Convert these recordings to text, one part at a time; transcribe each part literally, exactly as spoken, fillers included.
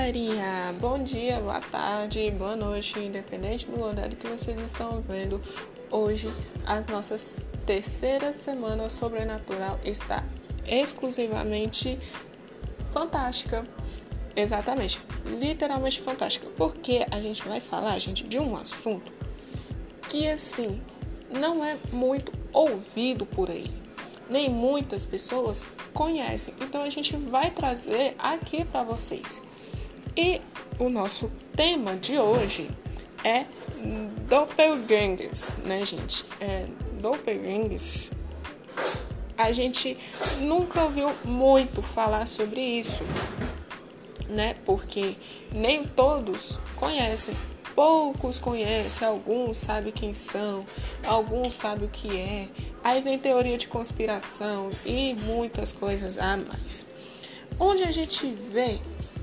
galerinha! Bom dia, boa tarde, boa noite, independente do horário que vocês estão vendo. Hoje, a nossa terceira semana sobrenatural está exclusivamente fantástica. Exatamente, literalmente fantástica, porque a gente vai falar, gente, de um assunto que, assim, não é muito ouvido por aí, nem muitas pessoas conhecem. Então a gente vai trazer aqui para vocês. E o nosso tema de hoje é doppelgangers, né, gente? É, doppelgangers. A gente nunca ouviu muito falar sobre isso, né? Porque nem todos conhecem. Poucos conhecem, alguns sabem quem são, alguns sabem o que é. Aí vem teoria de conspiração e muitas coisas a mais. Onde a gente vê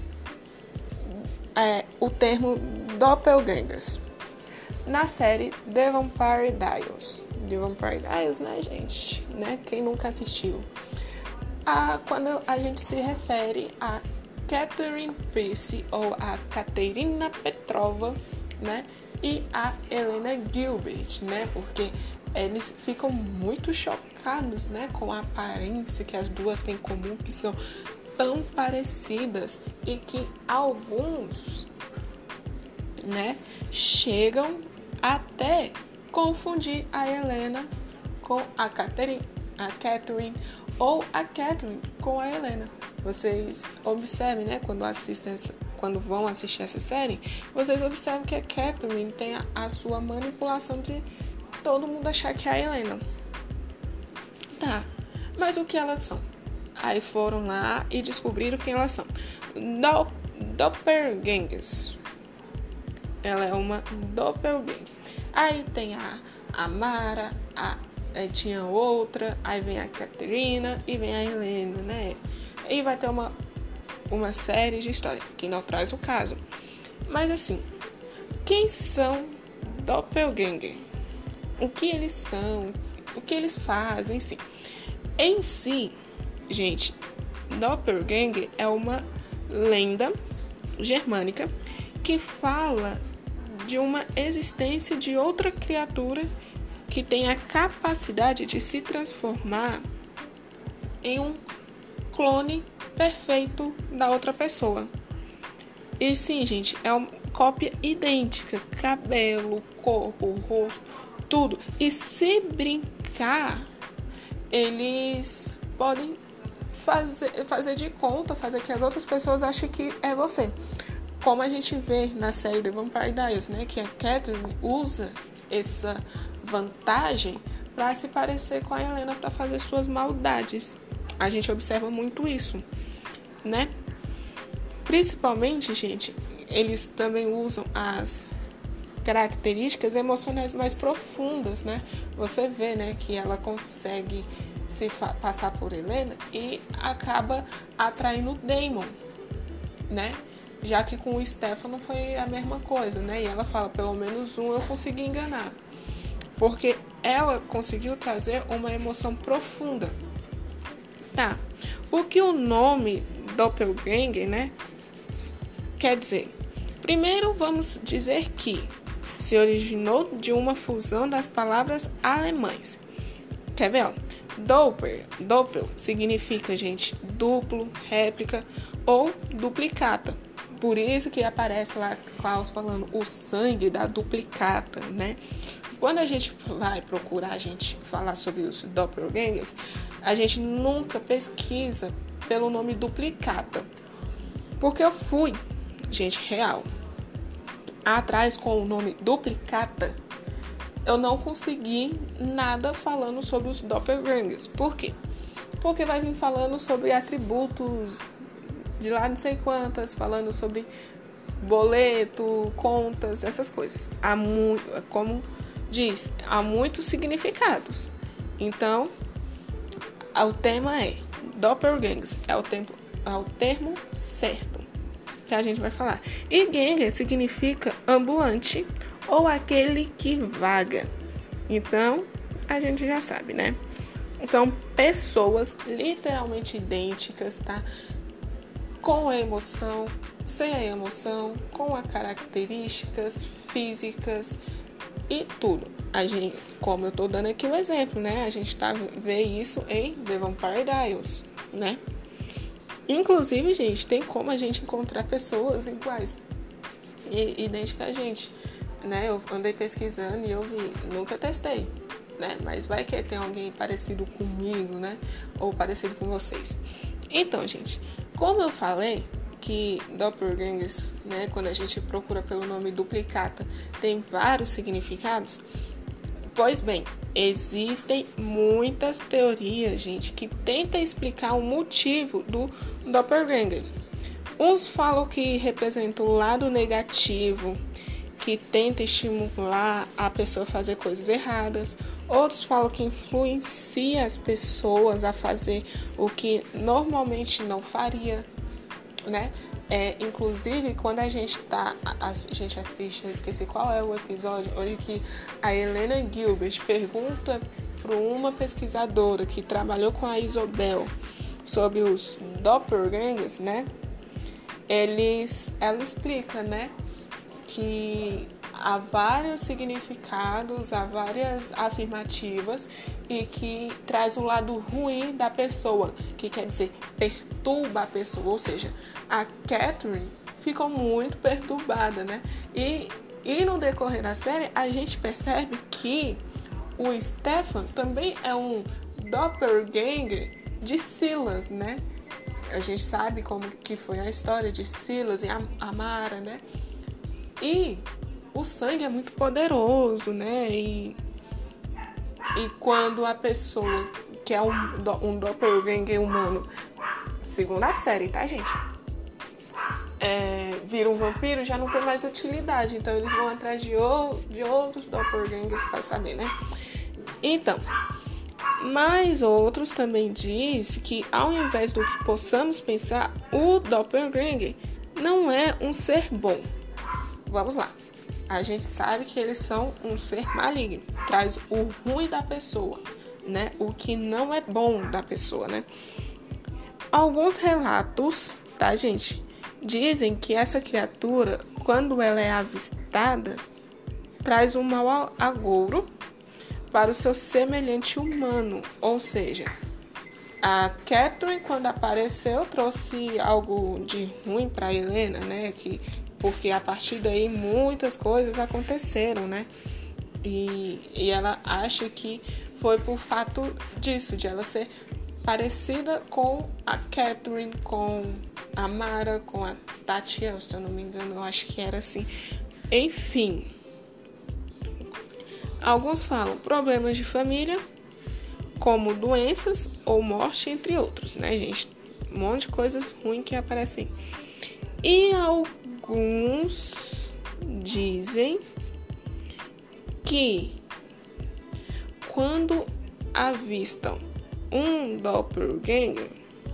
é, o termo doppelgangers? Na série The Vampire Diaries. The Vampire Diaries, né, gente? Né? Quem nunca assistiu? Ah, quando a gente se refere a Catherine Price ou a Katerina Petrova, né? E a Helena Gilbert, né? Porque eles ficam muito chocados, né? Com a aparência que as duas têm em comum, que são tão parecidas e que alguns, né? Chegam até confundir a Helena com a Catherine, a Catherine ou a Catherine com a Helena. Vocês observem, né? Quando assistem essa Quando vão assistir essa série, vocês observam que a Catherine tem a, a sua manipulação de todo mundo achar que é a Helena. Tá, mas o que elas são? Aí foram lá e descobriram quem elas são. Do, doppelgangers. Ela é uma doppelganger. Aí tem a, a Mara, a, aí tinha outra, aí vem a Caterina e vem a Helena, né? E vai ter uma uma série de histórias, que não traz o caso. Mas assim, quem são doppelganger? O que eles são? O que eles fazem? Sim. Em si, gente, doppelganger é uma lenda germânica que fala de uma existência de outra criatura que tem a capacidade de se transformar em um clone perfeito da outra pessoa. E sim, gente, é uma cópia idêntica, cabelo, corpo, rosto, tudo. E se brincar, eles podem fazer, fazer de conta, fazer que as outras pessoas achem que é você. Como a gente vê na série The Vampire Diaries, né, que a Catherine usa essa vantagem para se parecer com a Helena para fazer suas maldades. A gente observa muito isso, né? Principalmente, gente, eles também usam as características emocionais mais profundas, né? Você vê, né, que ela consegue se fa- passar por Helena e acaba atraindo o Damon, né? Já que com o Stefano foi a mesma coisa, né? E ela fala, pelo menos um eu consegui enganar. Porque ela conseguiu trazer uma emoção profunda. Tá, o que o nome doppelganger, né, quer dizer? Primeiro vamos dizer que se originou de uma fusão das palavras alemãs. Quer ver? Ó? Doppel, doppel significa, gente, duplo, réplica ou duplicata. Por isso que aparece lá Klaus falando o sangue da duplicata, né? Quando a gente vai procurar, a gente falar sobre os doppelgangers, a gente nunca pesquisa pelo nome duplicata. Porque eu fui, gente, real, atrás com o nome duplicata, eu não consegui nada falando sobre os doppelgangers. Por quê? Porque vai vir falando sobre atributos de lá não sei quantas, falando sobre boleto, contas, essas coisas. Há muito, como diz, há muitos significados. Então, o tema é doppelgangers, é o, tempo, é o termo certo que a gente vai falar. E ganger significa ambulante ou aquele que vaga. Então, a gente já sabe, né? São pessoas literalmente idênticas, tá? com a emoção, sem a emoção, com as características físicas e tudo. A gente, como eu tô dando aqui o exemplo, né? A gente tá vê isso em The Vampire Diaries, né? Inclusive, gente, tem como a gente encontrar pessoas iguais e idênticas a gente, né? Eu andei pesquisando e eu vi, nunca testei, né? Mas vai que tem alguém parecido comigo, né? Ou parecido com vocês. Então, gente, como eu falei que doppelgangers, né? Quando a gente procura pelo nome duplicata, tem vários significados. Pois bem, existem muitas teorias, gente, que tentam explicar o motivo do doppelganger. Uns falam que representa o lado negativo, que tenta estimular a pessoa a fazer coisas erradas. Outros falam que influencia as pessoas a fazer o que normalmente não faria, né? É, inclusive, quando a gente tá, a, a gente assiste, eu esqueci qual é o episódio, onde que a Helena Gilbert pergunta para uma pesquisadora que trabalhou com a Isobel sobre os doppelgangers, né? Eles, ela explica, né, que há vários significados, há várias afirmativas e que traz o lado ruim da pessoa, que quer dizer perturba a pessoa, ou seja, a Catherine ficou muito perturbada, né? E, e no decorrer da série a gente percebe que o Stefan também é um doppelganger de Silas, né? A gente sabe como que foi a história de Silas e Amara, né? E o sangue é muito poderoso, né? E, e quando a pessoa que é um, um doppelganger humano, segundo a série, tá, gente? É, vira um vampiro, já não tem mais utilidade. Então eles vão atrás de, o, de outros doppelgangers para saber, né? Então, mas outros também dizem que ao invés do que possamos pensar, o doppelganger não é um ser bom. Vamos lá. A gente sabe que eles são um ser maligno, traz o ruim da pessoa, né? O que não é bom da pessoa, né? Alguns relatos, tá, gente, dizem que essa criatura, quando ela é avistada, traz um mau agouro para o seu semelhante humano, ou seja, a Catherine, quando apareceu, trouxe algo de ruim para Helena, né? Que porque a partir daí muitas coisas aconteceram, né? E, e ela acha que foi por fato disso, de ela ser parecida com a Catherine, com a Mara, com a Tatiel, se eu não me engano, eu acho que era assim. Enfim, alguns falam problemas de família, como doenças ou morte, entre outros, né, gente? Um monte de coisas ruins que aparecem. E alguns dizem que quando avistam um doppelganger,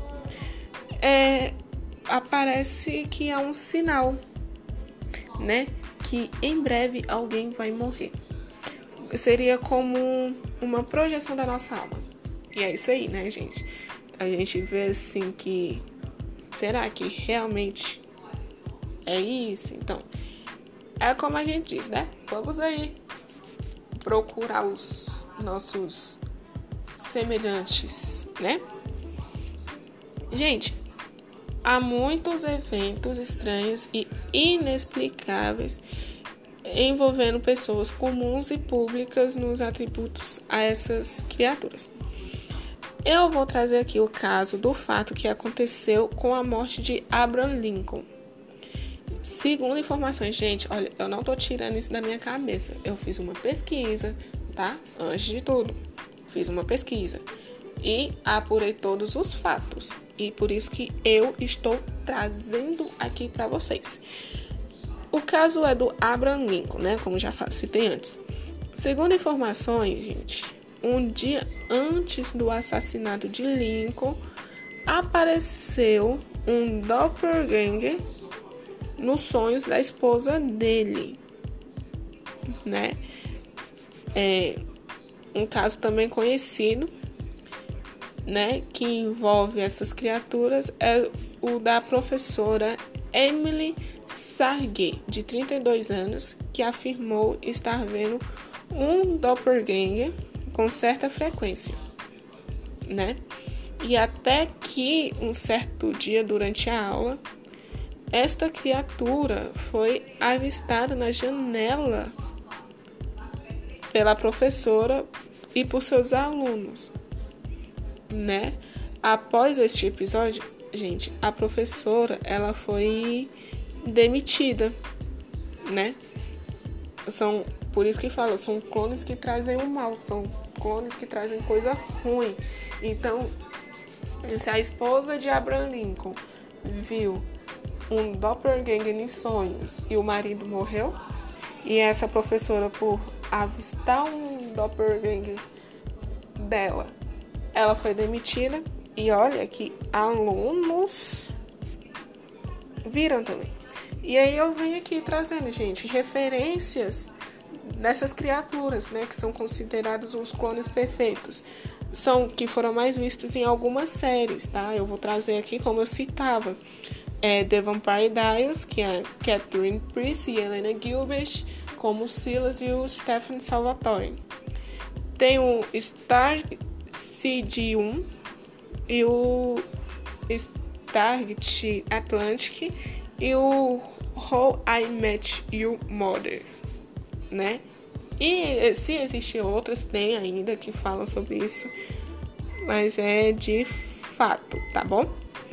é, aparece que há um sinal, né? Que em breve alguém vai morrer. Seria como uma projeção da nossa alma. E é isso aí, né, gente? A gente vê assim que... Será que realmente é isso? Então, é como a gente diz, né? Vamos aí procurar os nossos semelhantes, né? Gente, há muitos eventos estranhos e inexplicáveis envolvendo pessoas comuns e públicas nos atributos a essas criaturas. Eu vou trazer aqui o caso do fato que aconteceu com a morte de Abraham Lincoln. Segundo informações, gente, olha, eu não tô tirando isso da minha cabeça. Eu fiz uma pesquisa, tá? Antes de tudo, fiz uma pesquisa e apurei todos os fatos. E por isso que eu estou trazendo aqui para vocês. O caso é do Abraham Lincoln, né? Como já citei antes. Segundo informações, gente, um dia antes do assassinato de Lincoln, apareceu um doppelganger nos sonhos da esposa dele, né? É um caso também conhecido, né, que envolve essas criaturas, é o da professora Emily Sargé, de trinta e dois anos, que afirmou estar vendo um doppelganger com certa frequência, né? E até que um certo dia durante a aula, esta criatura foi avistada na janela pela professora e por seus alunos, né? Após este episódio, gente, a professora, ela foi demitida, né? São, por isso que fala, são clones que trazem o mal, são clones que trazem coisa ruim. Então, se a esposa de Abraham Lincoln viu um doppelganger em sonhos e o marido morreu, e essa professora, por avistar um doppelganger dela, ela foi demitida, e olha que alunos viram também. E aí eu venho aqui trazendo, gente, referências dessas criaturas, né, que são considerados os clones perfeitos. São que foram mais vistos em algumas séries, tá? Eu vou trazer aqui, como eu citava, é, The Vampire Diaries, que é Catherine Prince e Helena Gilbert, como o Silas e o Stephen Salvatore. Tem o Star C D um e o Stargate Atlantic e o How I Met Your Mother, né? E se existem outras, tem ainda que falam sobre isso, mas é de fato, tá bom?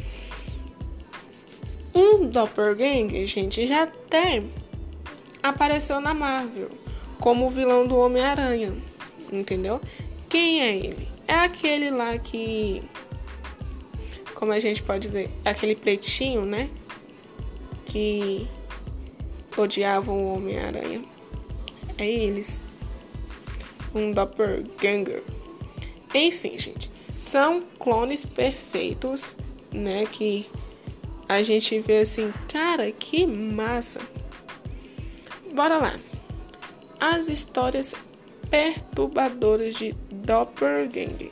Um doppelganger, gente, já até apareceu na Marvel como o vilão do Homem-Aranha, entendeu? Quem é ele? É aquele lá que, como a gente pode dizer, aquele pretinho, né? Que odiavam o Homem-Aranha. É eles. Um doppelganger. Enfim, gente. São clones perfeitos, né? Que a gente vê assim, cara, que massa. Bora lá. As histórias perturbadoras de doppelganger,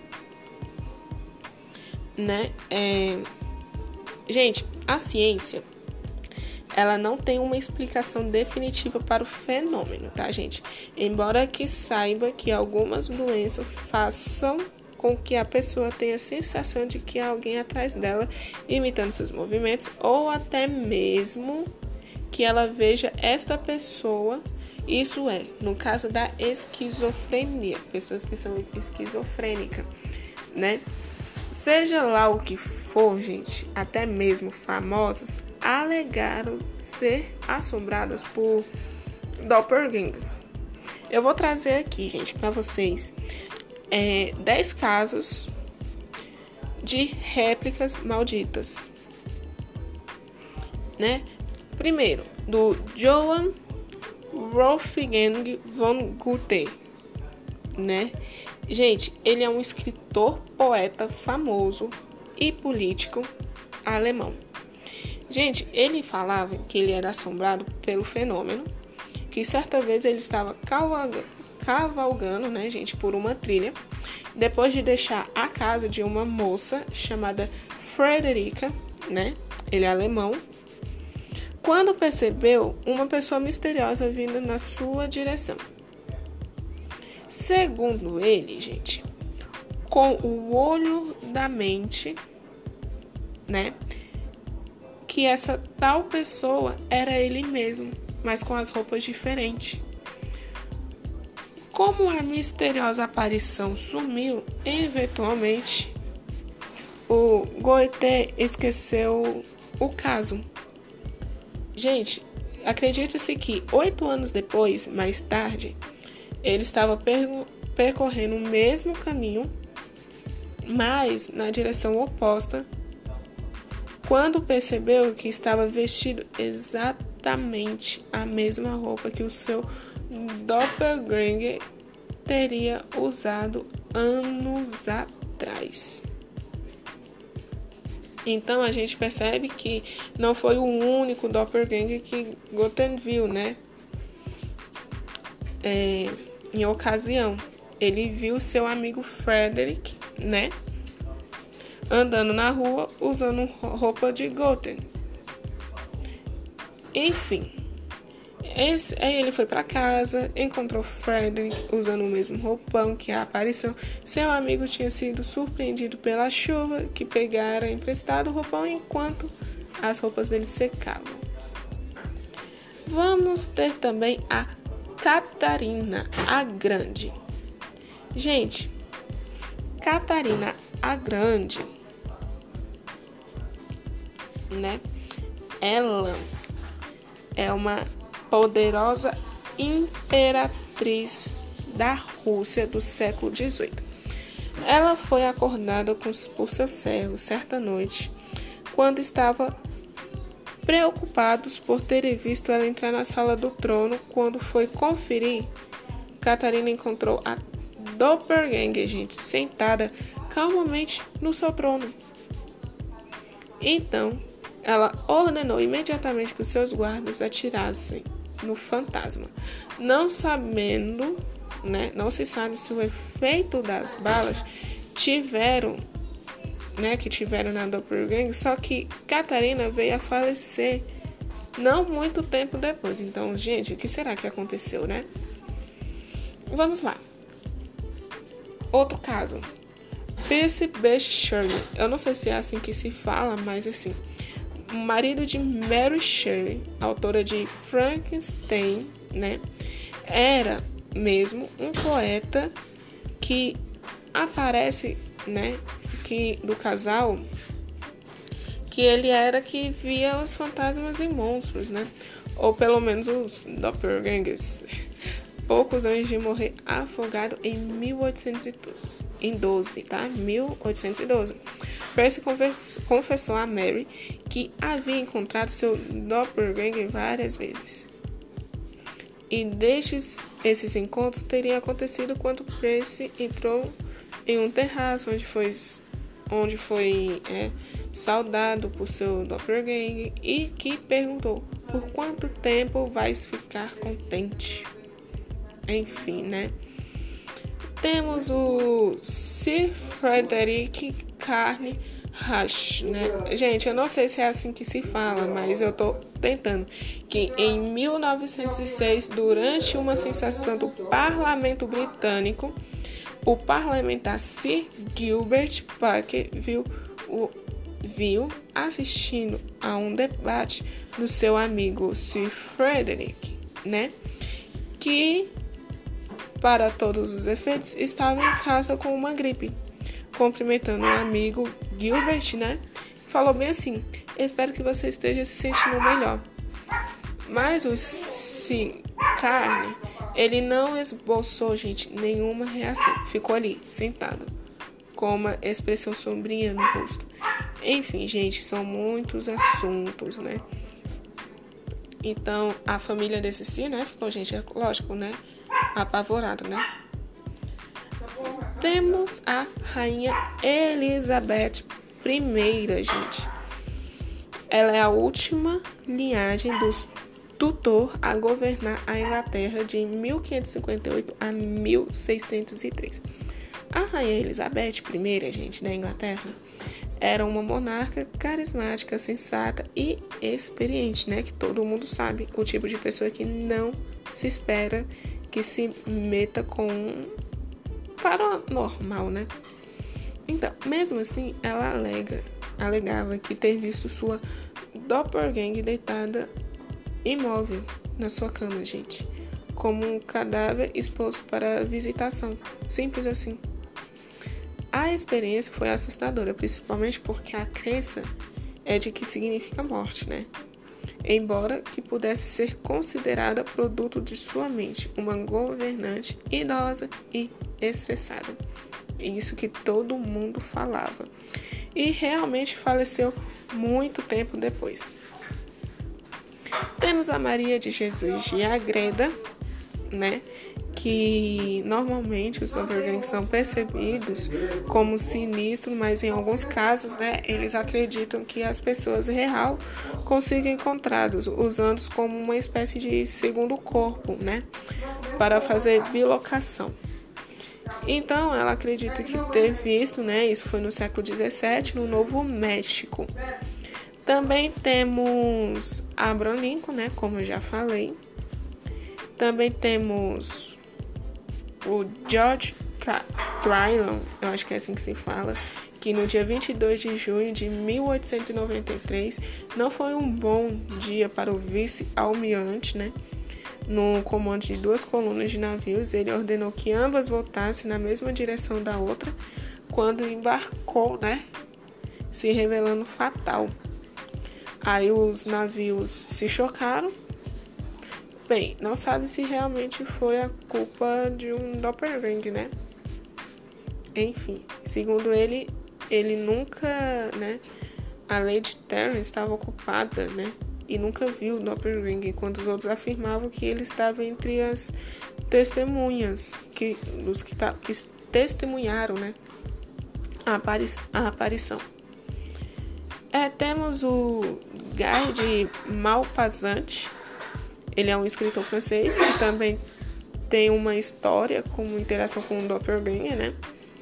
né? É... Gente, a ciência, ela não tem uma explicação definitiva para o fenômeno, tá, gente? Embora que saiba que algumas doenças façam com que a pessoa tenha a sensação de que há alguém atrás dela imitando seus movimentos, ou até mesmo que ela veja esta pessoa, isso é, no caso da esquizofrenia, pessoas que são esquizofrênicas, né? Seja lá o que for, gente, até mesmo famosas, alegaram ser assombradas por doppelgangers. Eu vou trazer aqui, gente, para vocês é, dez casos de réplicas malditas, né? Primeiro, do Johann Wolfgang von Goethe, né? Gente, ele é um escritor, poeta famoso e político alemão. Gente, ele falava que ele era assombrado pelo fenômeno, que certa vez ele estava cavalgando, né, gente, por uma trilha, depois de deixar a casa de uma moça chamada Frederica, né, ele é alemão, quando percebeu uma pessoa misteriosa vindo na sua direção. Segundo ele, gente, com o olho da mente, né, que essa tal pessoa era ele mesmo, mas com as roupas diferentes. Como a misteriosa aparição sumiu, eventualmente, o Goethe esqueceu o caso. Gente, acredita-se que oito anos depois, mais tarde, ele estava per- percorrendo o mesmo caminho, mas na direção oposta, quando percebeu que estava vestido exatamente a mesma roupa que o seu doppelganger teria usado anos atrás. Então a gente percebe que não foi o único doppelganger que Goethe viu, né? É, em ocasião, ele viu seu amigo Frederick, né? andando na rua usando roupa de Gotham. Enfim, esse, aí ele foi para casa, encontrou Frederick usando o mesmo roupão que a aparição. Seu amigo tinha sido surpreendido pela chuva, que pegara emprestado o roupão enquanto as roupas dele secavam. Vamos ter também a Catarina a Grande. Gente, Catarina a Grande, né? Ela é uma poderosa imperatriz da Rússia do século dezoito. Ela foi acordada por seus servos certa noite, quando estava preocupados por terem visto ela entrar na sala do trono. Quando foi conferir, Catarina encontrou a Doppelganger, gente, sentada calmamente no seu trono. Então, ela ordenou imediatamente que os seus guardas atirassem no fantasma. Não sabendo, né, não se sabe se o efeito das balas tiveram, né, que tiveram na Doppelganger, só que Catarina veio a falecer não muito tempo depois. Então, gente, o que será que aconteceu, né? Vamos lá. Outro caso. Percy Bysshe Shelley. Eu não sei se é assim que se fala, mas assim, marido de Mary Shelley, autora de Frankenstein, né? Era mesmo um poeta que aparece, né, que do casal, que ele era que via os fantasmas e monstros, né? Ou pelo menos os doppelgangers. Poucos antes de morrer afogado em mil oitocentos e doze, tá? mil oitocentos e doze. Percy confessou a Mary que havia encontrado seu doppelganger várias vezes. E destes esses encontros teriam acontecido quando Percy entrou em um terraço onde foi, onde foi é, saudado por seu doppelganger e que perguntou: por quanto tempo vais ficar contente? Enfim, né? Temos o Sir Frederick Carne Rush, né? Gente, eu não sei se é assim que se fala, mas eu tô tentando. Que em mil novecentos e seis, durante uma sessão do Parlamento Britânico, o parlamentar Sir Gilbert Parker viu, o, viu assistindo a um debate do seu amigo Sir Frederick, né? Que, para todos os efeitos, estava em casa com uma gripe. Cumprimentando o amigo Gilbert, né? Falou bem assim: espero que você esteja se sentindo melhor. Mas o Sir Carne, ele não esboçou, gente, nenhuma reação. Ficou ali, sentado, com uma expressão sombria no rosto. Enfim, gente, são muitos assuntos, né? Então, a família desse Sir, né? Ficou, gente, é lógico, né? Apavorado, né? Temos a rainha Elizabeth I, gente. Ela é a última linhagem dos Tudor a governar a Inglaterra de mil quinhentos e cinquenta e oito a mil seiscentos e três. A rainha Elizabeth I, gente, da Inglaterra, era uma monarca carismática, sensata e experiente, né? Que todo mundo sabe, o tipo de pessoa que não se espera que se meta com paranormal, né? Então, mesmo assim, ela alega, alegava que ter visto sua doppelganger deitada imóvel na sua cama, gente, como um cadáver exposto para visitação. Simples assim. A experiência foi assustadora, principalmente porque a crença é de que significa morte, né? Embora que pudesse ser considerada produto de sua mente, uma governante idosa e estressada. Isso que todo mundo falava. E realmente faleceu muito tempo depois. Temos a Maria de Jesus de Agreda, né? Que normalmente os doppelgangers são percebidos como sinistros, mas em alguns casos, né, eles acreditam que as pessoas real consigam encontrá-los, usando-os como uma espécie de segundo corpo, né, para fazer bilocação. Então, ela acredita que ter visto, né, isso foi no século dezessete, no Novo México. Também temos Abraham Lincoln, né, como eu já falei. Também temos o George Tryon, eu acho que é assim que se fala, que no dia vinte e dois de junho de mil oitocentos e noventa e três não foi um bom dia para o vice-almirante, né? No comando de duas colunas de navios, ele ordenou que ambas voltassem na mesma direção da outra quando embarcou, né? Se revelando fatal. Aí os navios se chocaram. Bem, não sabe se realmente foi a culpa de um doppelganger, né? Enfim, segundo ele, ele nunca, né? A Lady Terrence estava ocupada, né? E nunca viu o doppelganger, enquanto os outros afirmavam que ele estava entre as testemunhas, que, os que, que testemunharam, né? A, apari a aparição. É, temos o Guy de Maupassant. Ele é um escritor francês que também tem uma história com interação com o doppelganger, né?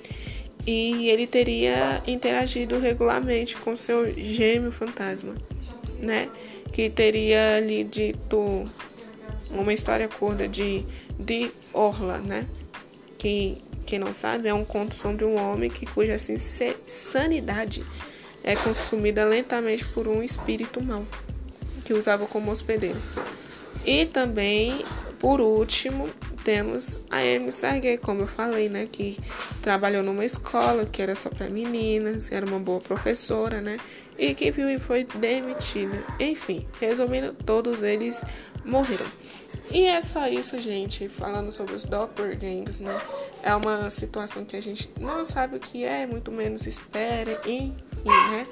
E ele teria interagido regularmente com seu gêmeo fantasma, né? Que teria lhe dito uma história curta de de Orla, né? Que, quem não sabe, é um conto sobre um homem que cuja assim, sanidade é consumida lentamente por um espírito mau, que usava como hospedeiro. E também, por último, temos a Amy Sargey, como eu falei, né, que trabalhou numa escola que era só para meninas, era uma boa professora, né, e que viu e foi demitida. Enfim, resumindo, todos eles morreram. E é só isso, gente, falando sobre os doppelgangers, né, é uma situação que a gente não sabe o que é, muito menos espera, enfim, né,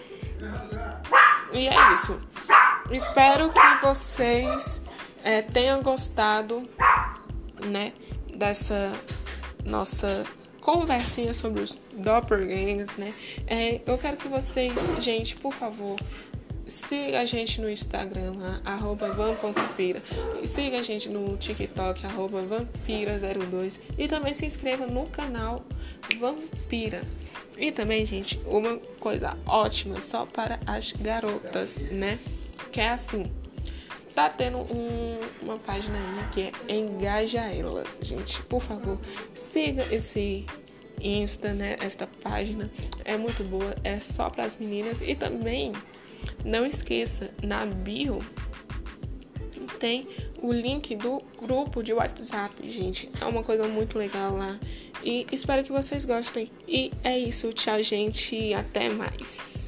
e é isso. Espero que vocês é, tenham gostado, né, dessa nossa conversinha sobre os doppelgangers, né? É, eu quero que vocês, gente, por favor, siga a gente no Instagram lá, arroba van.pira, e siga a gente no TikTok, arroba vampira zero dois, e também se inscreva no canal Vampira. E também, gente, uma coisa ótima só para as garotas, né? Que é assim, tá tendo um, uma página aí que é Engaja Elas. Gente, por favor, siga esse Insta, né? Esta página é muito boa, é só para as meninas. E também, não esqueça, na bio tem o link do grupo de WhatsApp, gente. É uma coisa muito legal lá. E espero que vocês gostem. E é isso, tchau, gente. Até mais.